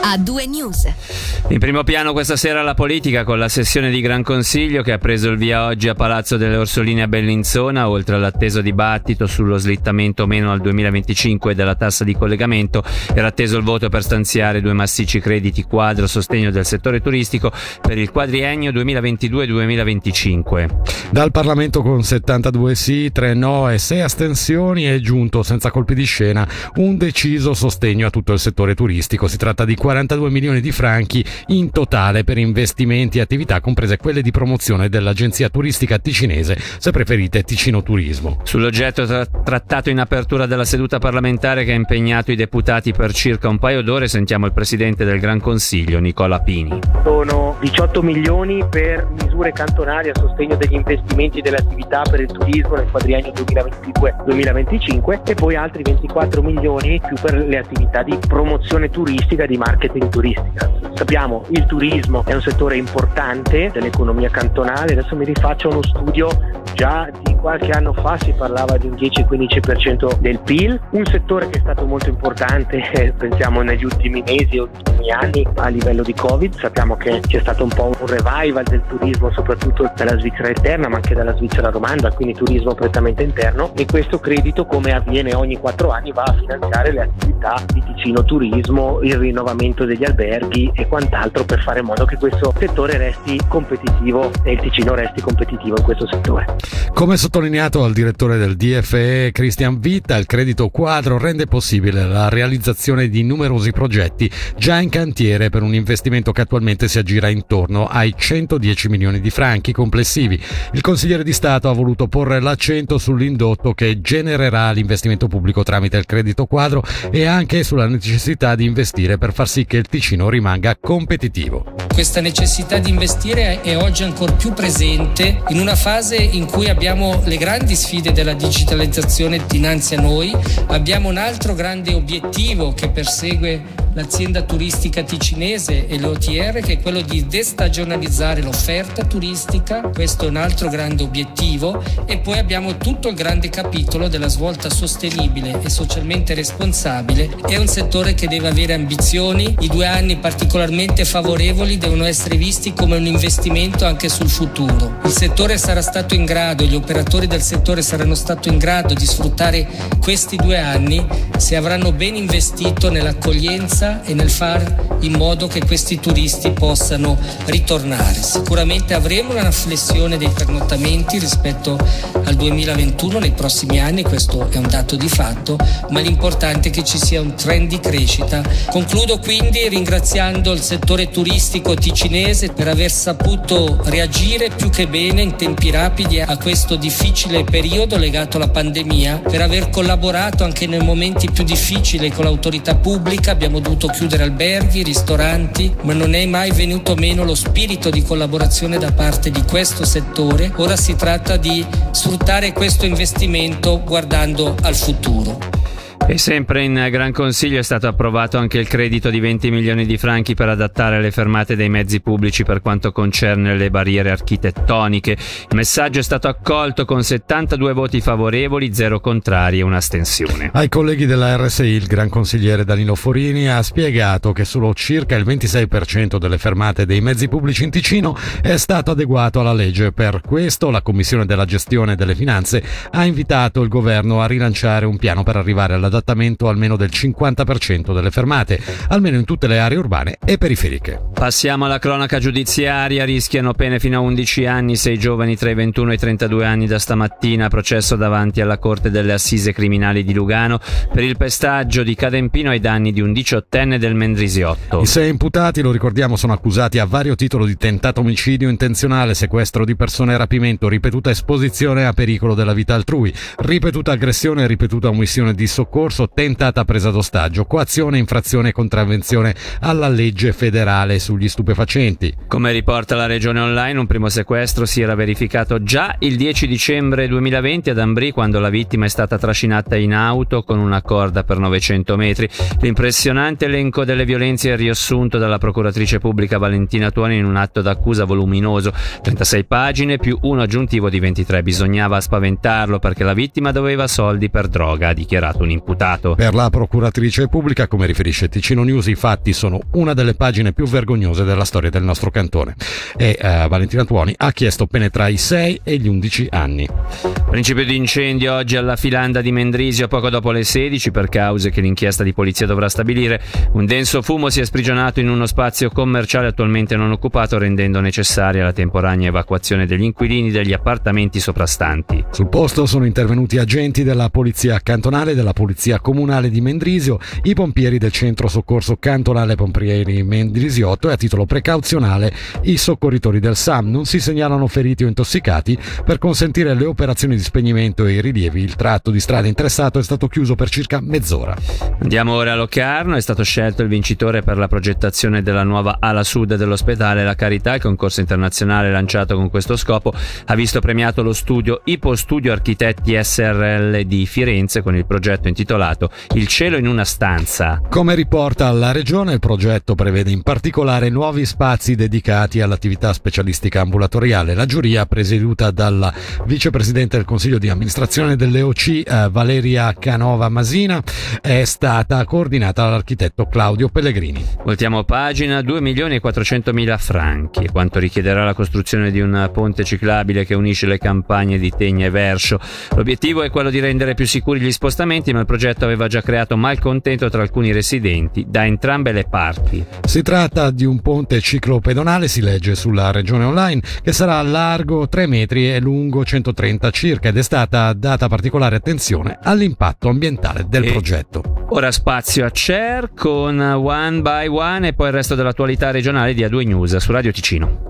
A2 News. In primo piano questa sera la politica, con la sessione di Gran Consiglio che ha preso il via oggi a Palazzo delle Orsoline a Bellinzona. Oltre all'atteso dibattito sullo slittamento o meno al 2025 della tassa di collegamento, era atteso il voto per stanziare 2 massicci crediti quadro a sostegno del settore turistico per il quadriennio 2022-2025. Dal Parlamento, con 72 sì, 3 no e 6 astensioni, è giunto senza colpi di scena un deciso sostegno a tutto il settore turistico. Si tratta di 42 milioni di franchi in totale per investimenti e attività, comprese quelle di promozione dell'agenzia turistica ticinese, se preferite Ticino Turismo. Sull'oggetto trattato in apertura della seduta parlamentare che ha impegnato i deputati per circa un paio d'ore, sentiamo il presidente del Gran Consiglio, Nicola Pini. Sono 18 milioni per misure cantonali a sostegno degli investimenti e delle attività per il turismo nel quadriennio 2022-2025 e poi altri 24 milioni più per le attività di promozione turistica, di marketing turistica. Sappiamo, il turismo è un settore importante dell'economia cantonale. Adesso mi rifaccio uno studio già di qualche anno fa, si parlava di un 10-15% del PIL, un settore che è stato molto importante, pensiamo negli ultimi mesi o ultimi anni a livello di Covid. Sappiamo che c'è stato un po' un revival del turismo, soprattutto dalla Svizzera interna, ma anche dalla Svizzera romanda, quindi turismo prettamente interno, e questo credito, come avviene ogni 4 anni, va a finanziare le attività di Ticino Turismo, il rinnovamento degli alberghi e quant'altro, per fare in modo che questo settore resti competitivo e il Ticino resti competitivo in questo settore. Come sottolineato dal direttore del DFE Christian Witta, il credito quadro rende possibile la realizzazione di numerosi progetti già in cantiere per un investimento che attualmente si aggira intorno ai 110 milioni di franchi complessivi. Il consigliere di Stato ha voluto porre l'accento sull'indotto che genererà l'investimento pubblico tramite il credito quadro e anche sulla necessità di investire per far sì che il Ticino rimanga competitivo. Questa necessità di investire è oggi ancora più presente in una fase in cui abbiamo le grandi sfide della digitalizzazione dinanzi a noi. Abbiamo un altro grande obiettivo che persegue l'azienda turistica ticinese e l'OTR, che è quello di destagionalizzare l'offerta turistica. Questo è un altro grande obiettivo. E poi abbiamo tutto il grande capitolo della svolta sostenibile e socialmente responsabile. È un settore che deve avere ambizioni. I 2 anni particolarmente favorevoli devono essere visti come un investimento anche sul futuro. Il settore sarà stato in grado, gli operatori del settore saranno stati in grado di sfruttare questi 2 anni se avranno ben investito nell'accoglienza e nel far in modo che questi turisti possano ritornare. Sicuramente avremo una flessione dei pernottamenti rispetto al 2021 nei prossimi anni, questo è un dato di fatto, ma l'importante è che ci sia un trend di crescita. Concludo quindi ringraziando il settore turistico ticinese per aver saputo reagire più che bene in tempi rapidi a questo difficile periodo legato alla pandemia, per aver collaborato anche nei momenti più difficili con l'autorità pubblica. Abbiamo dovuto chiudere alberghi, ristoranti, ma non è mai venuto meno lo spirito di collaborazione da parte di questo settore. Ora si tratta di sfruttare questo investimento guardando al futuro. E sempre in Gran Consiglio è stato approvato anche il credito di 20 milioni di franchi per adattare le fermate dei mezzi pubblici per quanto concerne le barriere architettoniche. Il messaggio è stato accolto con 72 voti favorevoli, 0 contrari e un'astensione. Ai colleghi della RSI il Gran Consigliere Danilo Forini ha spiegato che solo circa il 26% delle fermate dei mezzi pubblici in Ticino è stato adeguato alla legge. Per questo la Commissione della Gestione delle Finanze ha invitato il governo a rilanciare un piano per arrivare all'adattamento almeno del 50% delle fermate, almeno in tutte le aree urbane e periferiche. Passiamo alla cronaca giudiziaria. Rischiano pene fino a 11 anni 6 giovani tra i 21 e i 32 anni da stamattina, processo davanti alla Corte delle Assise Criminali di Lugano per il pestaggio di Cadempino ai danni di un 18enne del Mendrisiotto. I 6 imputati, lo ricordiamo, sono accusati a vario titolo di tentato omicidio intenzionale, sequestro di persone e rapimento, ripetuta esposizione a pericolo della vita altrui, ripetuta aggressione, ripetuta omissione di soccorso, tentata presa d'ostaggio, coazione, infrazione e contravvenzione alla legge federale sugli stupefacenti. Come riporta la Regione Online, un primo sequestro si era verificato già il 10 dicembre 2020 ad Ambrì, quando la vittima è stata trascinata in auto con una corda per 900 metri. L'impressionante elenco delle violenze è riassunto dalla procuratrice pubblica Valentina Tuoni in un atto d'accusa voluminoso, 36 pagine più uno aggiuntivo di 23. Bisognava spaventarlo perché la vittima doveva soldi per droga, ha dichiarato un imputato. imputato. Per la procuratrice pubblica, come riferisce Ticino News, i fatti sono una delle pagine più vergognose della storia del nostro cantone e Valentina Tuoni ha chiesto pene tra i 6 e gli 11 anni. Principio di incendio oggi alla Filanda di Mendrisio poco dopo le 16 per cause che l'inchiesta di polizia dovrà stabilire. Un denso fumo si è sprigionato in uno spazio commerciale attualmente non occupato, rendendo necessaria la temporanea evacuazione degli inquilini degli appartamenti soprastanti. Sul posto sono intervenuti agenti della polizia cantonale e della polizia comunale di Mendrisio, i pompieri del centro soccorso cantonale Pompieri Mendrisiotto e a titolo precauzionale i soccorritori del SAM. Non si segnalano feriti o intossicati. Per consentire le operazioni di spegnimento e i rilievi, il tratto di strada interessato è stato chiuso per circa mezz'ora. Andiamo ora a Locarno. È stato scelto il vincitore per la progettazione della nuova ala sud dell'ospedale La Carità. Il concorso internazionale lanciato con questo scopo ha visto premiato lo studio Ipostudio Architetti SRL di Firenze con il progetto intitolato Il cielo in una stanza. Come riporta la Regione, il progetto prevede in particolare nuovi spazi dedicati all'attività specialistica ambulatoriale. La giuria, presieduta dalla vicepresidente del Consiglio di amministrazione dell'EOC, Valeria Canova Masina, è stata coordinata dall'architetto Claudio Pellegrini. Voltiamo pagina. 2.400.000 franchi, quanto richiederà la costruzione di un ponte ciclabile che unisce le campagne di Tegna e Verscio. L'obiettivo è quello di rendere più sicuri gli spostamenti, ma il progetto aveva già creato malcontento tra alcuni residenti da entrambe le parti. Si tratta di un ponte ciclopedonale, si legge sulla Regione Online, che sarà largo 3 metri e lungo 130 circa, ed è stata data particolare attenzione all'impatto ambientale del progetto. Ora spazio a Cher con One by One e poi il resto dell'attualità regionale di A2 News su Radio Ticino.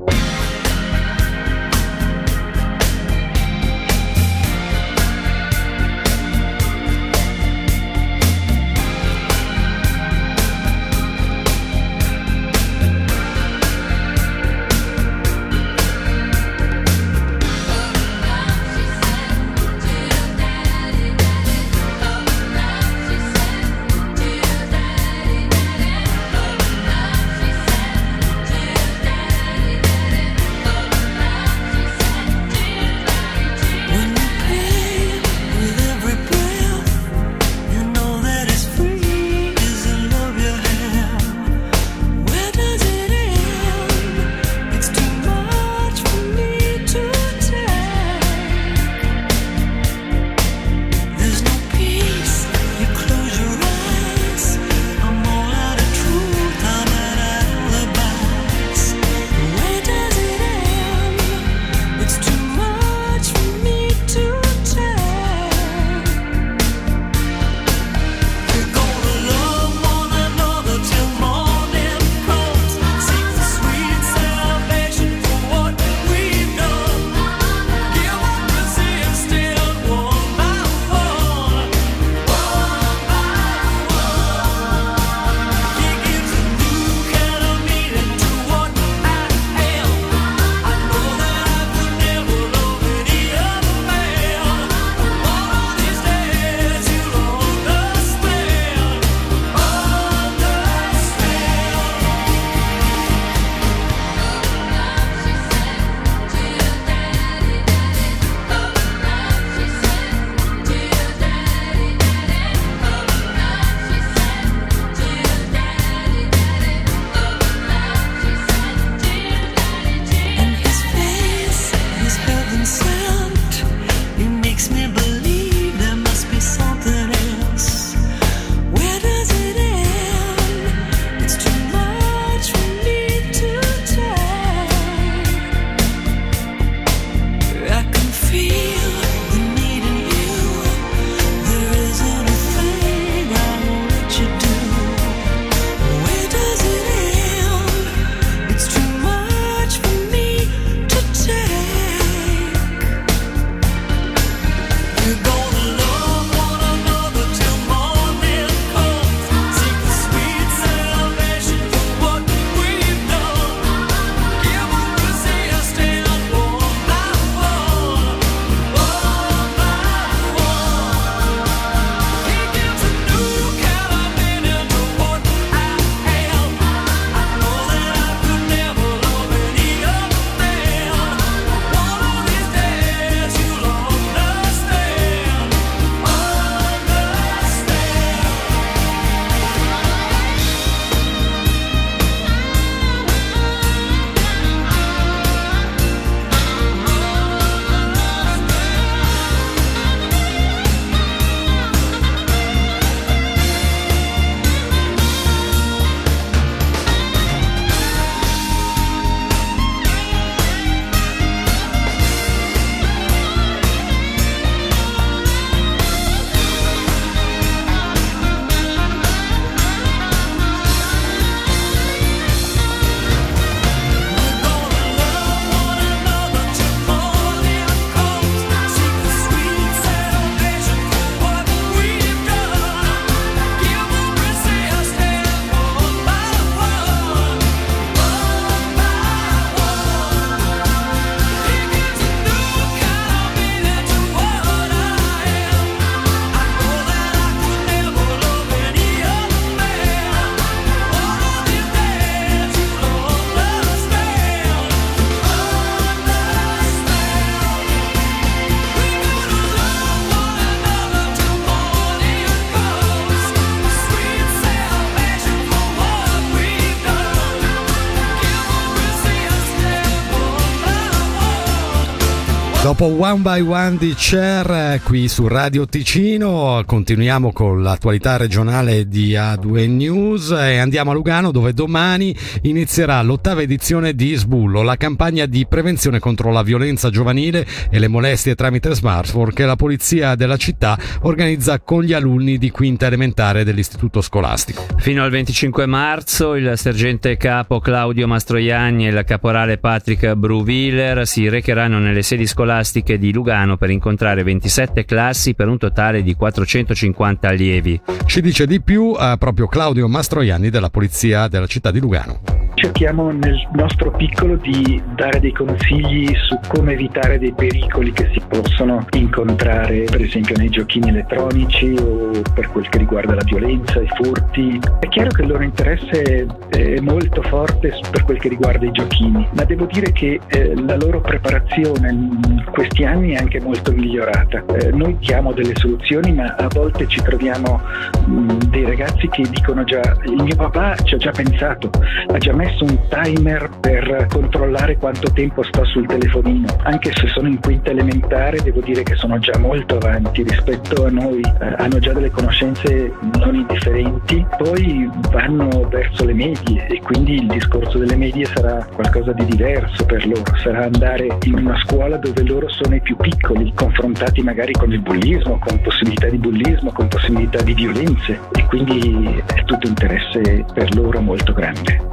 Dopo One by One di Cher qui su Radio Ticino continuiamo con l'attualità regionale di A2 News e andiamo a Lugano, dove domani inizierà l'8ª edizione di Sbullo, la campagna di prevenzione contro la violenza giovanile e le molestie tramite smartphone che la polizia della città organizza con gli alunni di quinta elementare dell'istituto scolastico. Fino al 25 marzo il sergente capo Claudio Mastroianni e il caporale Patrick Bruwiller si recheranno nelle sedi scolastiche di Lugano per incontrare 27 classi per un totale di 450 allievi. Ci dice di più proprio Claudio Mastroianni della Polizia della città di Lugano. Cerchiamo nel nostro piccolo di dare dei consigli su come evitare dei pericoli che si possono incontrare, per esempio nei giochini elettronici o per quel che riguarda la violenza, i furti. È chiaro che il loro interesse è molto forte per quel che riguarda i giochini, ma devo dire che la loro preparazione in questi anni è anche molto migliorata. Noi diamo delle soluzioni, ma a volte ci troviamo dei ragazzi che dicono già: il mio papà ci ha già pensato, ha già messo un timer per controllare quanto tempo sto sul telefonino. Anche se sono in quinta elementare, devo dire che sono già molto avanti rispetto a noi, hanno già delle conoscenze non indifferenti. Poi vanno verso le medie e quindi il discorso delle medie sarà qualcosa di diverso per loro, sarà andare in una scuola dove loro sono i più piccoli, confrontati magari con il bullismo, con possibilità di bullismo, con possibilità di violenze, e quindi è tutto interesse per loro molto grande.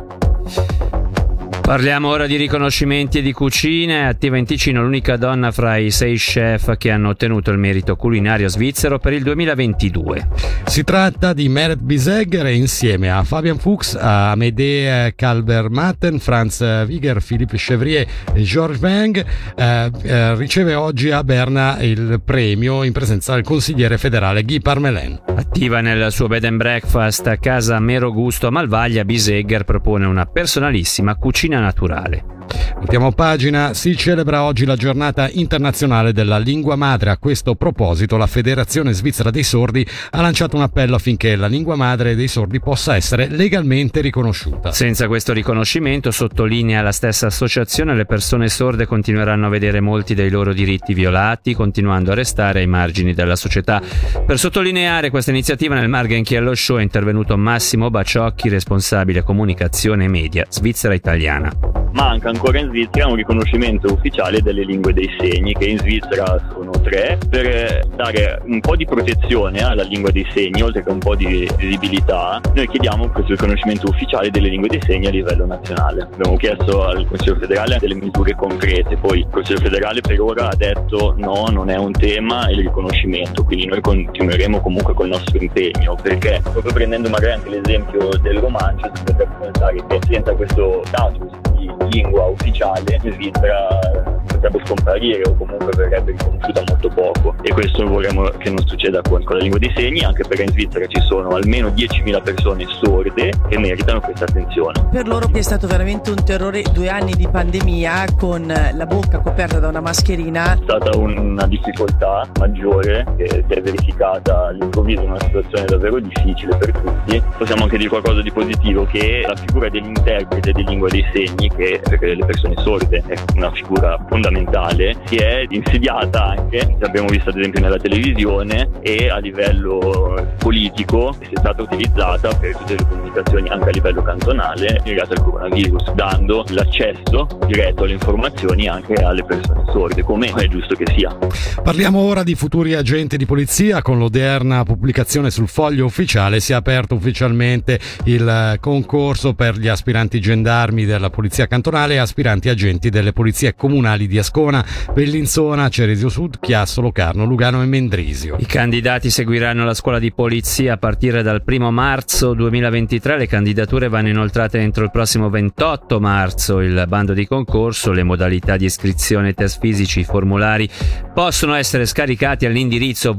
Parliamo ora di riconoscimenti e di cucine. È attiva in Ticino l'unica donna fra i 6 chef che hanno ottenuto il merito culinario svizzero per il 2022. Si tratta di Meret Bisegger e insieme a Fabian Fuchs, a Amédée Kalbermatten, Franz Wieger, Philippe Chevrier e Georges Weng riceve oggi a Berna il premio in presenza del consigliere federale Guy Parmelin. Attiva nel suo bed and breakfast a casa Mero Gusto a Malvaglia, Bisegger propone una personalissima cucina naturale. Ultima pagina, si celebra oggi la giornata internazionale della lingua madre. A questo proposito la Federazione Svizzera dei Sordi ha lanciato un appello affinché la lingua madre dei sordi possa essere legalmente riconosciuta. Senza questo riconoscimento, sottolinea la stessa associazione, le persone sorde continueranno a vedere molti dei loro diritti violati, continuando a restare ai margini della società. Per sottolineare questa iniziativa nel Margenchiello Show è intervenuto Massimo Baciocchi, responsabile comunicazione e media Svizzera Italiana. Manca ancora in Svizzera un riconoscimento ufficiale delle lingue dei segni, che in Svizzera sono 3, per dare un po' di protezione alla lingua dei segni, oltre che un po' di visibilità. Noi chiediamo questo riconoscimento ufficiale delle lingue dei segni a livello nazionale. Abbiamo chiesto al Consiglio federale delle misure concrete, poi il Consiglio federale per ora ha detto no, non è un tema il riconoscimento, quindi noi continueremo comunque col nostro impegno, perché proprio prendendo magari anche l'esempio del romancio si potrebbe pensare che senza questo status di lingua ufficiale in Svizzera potrebbe scomparire o comunque verrebbe riconosciuta molto poco, e questo vorremmo che non succeda con la lingua dei segni, anche perché in Svizzera ci sono almeno 10.000 persone sorde che meritano questa attenzione. Per loro è stato veramente un terrore 2 anni di pandemia con la bocca coperta da una mascherina. È stata una difficoltà maggiore che si è verificata all'improvviso in una situazione davvero difficile per tutti. Possiamo anche dire qualcosa di positivo, che la figura dell'interprete di lingua dei segni, che per le persone sorde è una figura fondamentale, si è insediata anche, l'abbiamo visto ad esempio nella televisione, e a livello politico è stata utilizzata per tutte le comunicazioni anche a livello cantonale legate al coronavirus, dando l'accesso diretto alle informazioni anche alle persone sorde, come è giusto che sia. Parliamo ora di futuri agenti di polizia. Con l'odierna pubblicazione sul foglio ufficiale si è aperto ufficialmente il concorso per gli aspiranti gendarmi della polizia cantonale e aspiranti agenti delle polizie comunali di Ascona, Bellinzona, Ceresio Sud, Chiasso, Locarno, Lugano e Mendrisio. I candidati seguiranno la scuola di polizia a partire dal 1 marzo 2023. Le candidature vanno inoltrate entro il prossimo 28 marzo. Il bando di concorso, le modalità di iscrizione, test fisici, i formulari possono essere scaricati all'indirizzo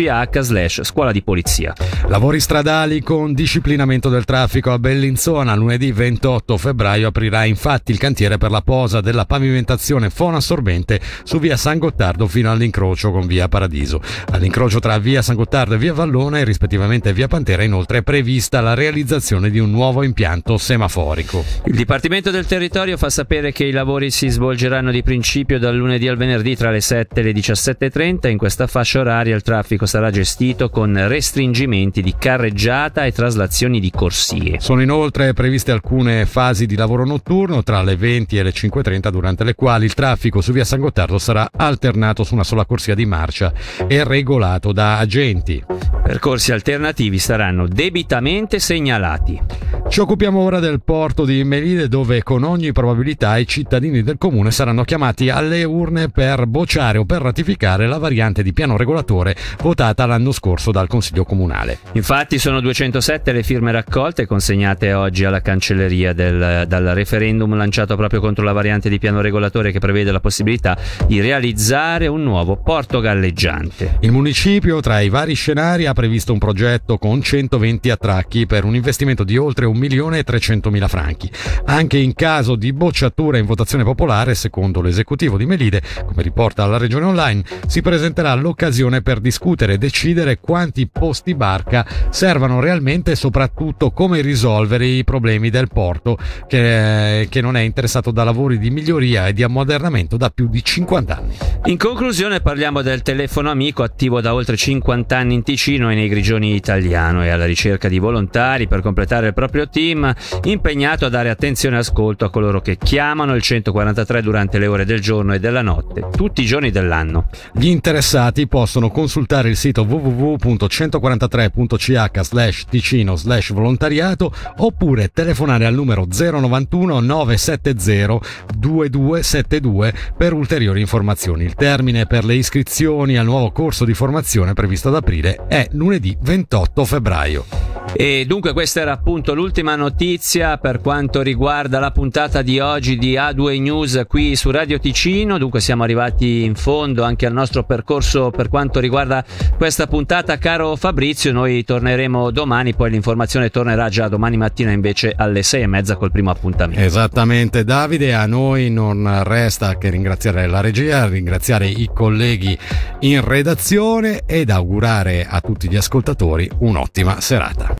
www.ti.ch/scuola di polizia. Lavori stradali con disciplinamento del traffico a Bellinzona. Lunedì lunedì 28 febbraio aprirà infatti il cantiere per la posa della pavimentazione fonoassorbente su via San Gottardo fino all'incrocio con via Paradiso. All'incrocio tra via San Gottardo e via Vallona e rispettivamente via Pantera inoltre è prevista la realizzazione di un nuovo impianto semaforico. Il Dipartimento del Territorio fa sapere che i lavori si svolgeranno di principio dal lunedì al venerdì tra le 7 e le 17:30. In questa fascia oraria il traffico sarà gestito con restringimenti di carreggiata e traslazioni di corsie. Sono inoltre previste alcune fasi di lavoro notturno tra le 20 e le 5:30, durante le quali il traffico su via San Gottardo sarà alternato su una sola corsia di marcia e regolato da agenti. Percorsi alternativi saranno debitamente segnalati. Ci occupiamo ora del porto di Melide, dove con ogni probabilità i cittadini del comune saranno chiamati alle urne per bocciare o per ratificare la variante di piano regolatore votata l'anno scorso dal Consiglio Comunale. Infatti sono 207 le firme raccolte e consegnate oggi alla cancelleria dal referendum lanciato proprio contro la variante di piano regolatore che prevede la possibilità di realizzare un nuovo porto galleggiante. Il municipio, tra i vari scenari, ha previsto un progetto con 120 attracchi per un investimento di oltre 1.300.000 franchi. Anche in caso di bocciatura in votazione popolare, secondo l'esecutivo di Melide, come riporta la Regione Online, si presenterà l'occasione per discutere e decidere quanti posti barca servano realmente e soprattutto come risolvere i problemi del porto che non è interessato da lavori di miglioria e di ammodernamento da più di 50 anni. In conclusione parliamo del telefono amico, attivo da oltre 50 anni in Ticino e nei Grigioni italiano, e alla ricerca di volontari per completare il proprio team, impegnato a dare attenzione e ascolto a coloro che chiamano il 143 durante le ore del giorno e della notte, tutti i giorni dell'anno. Gli interessati possono consultare il sito www.143.ch/ticino/volontariato oppure telefonare al numero 091 970 2272 per ulteriori informazioni. Il termine per le iscrizioni al nuovo corso di formazione previsto ad aprile è lunedì 28 febbraio. E dunque questa era appunto l'ultima notizia per quanto riguarda la puntata di oggi di A2 News qui su Radio Ticino. Dunque siamo arrivati in fondo anche al nostro percorso per quanto riguarda questa puntata, caro Fabrizio. Noi torneremo domani, poi l'informazione tornerà già domani mattina invece alle 6:30 col primo appuntamento. Esattamente Davide, a noi non resta che ringraziare la regia, ringraziare i colleghi in redazione ed augurare a tutti gli ascoltatori un'ottima serata.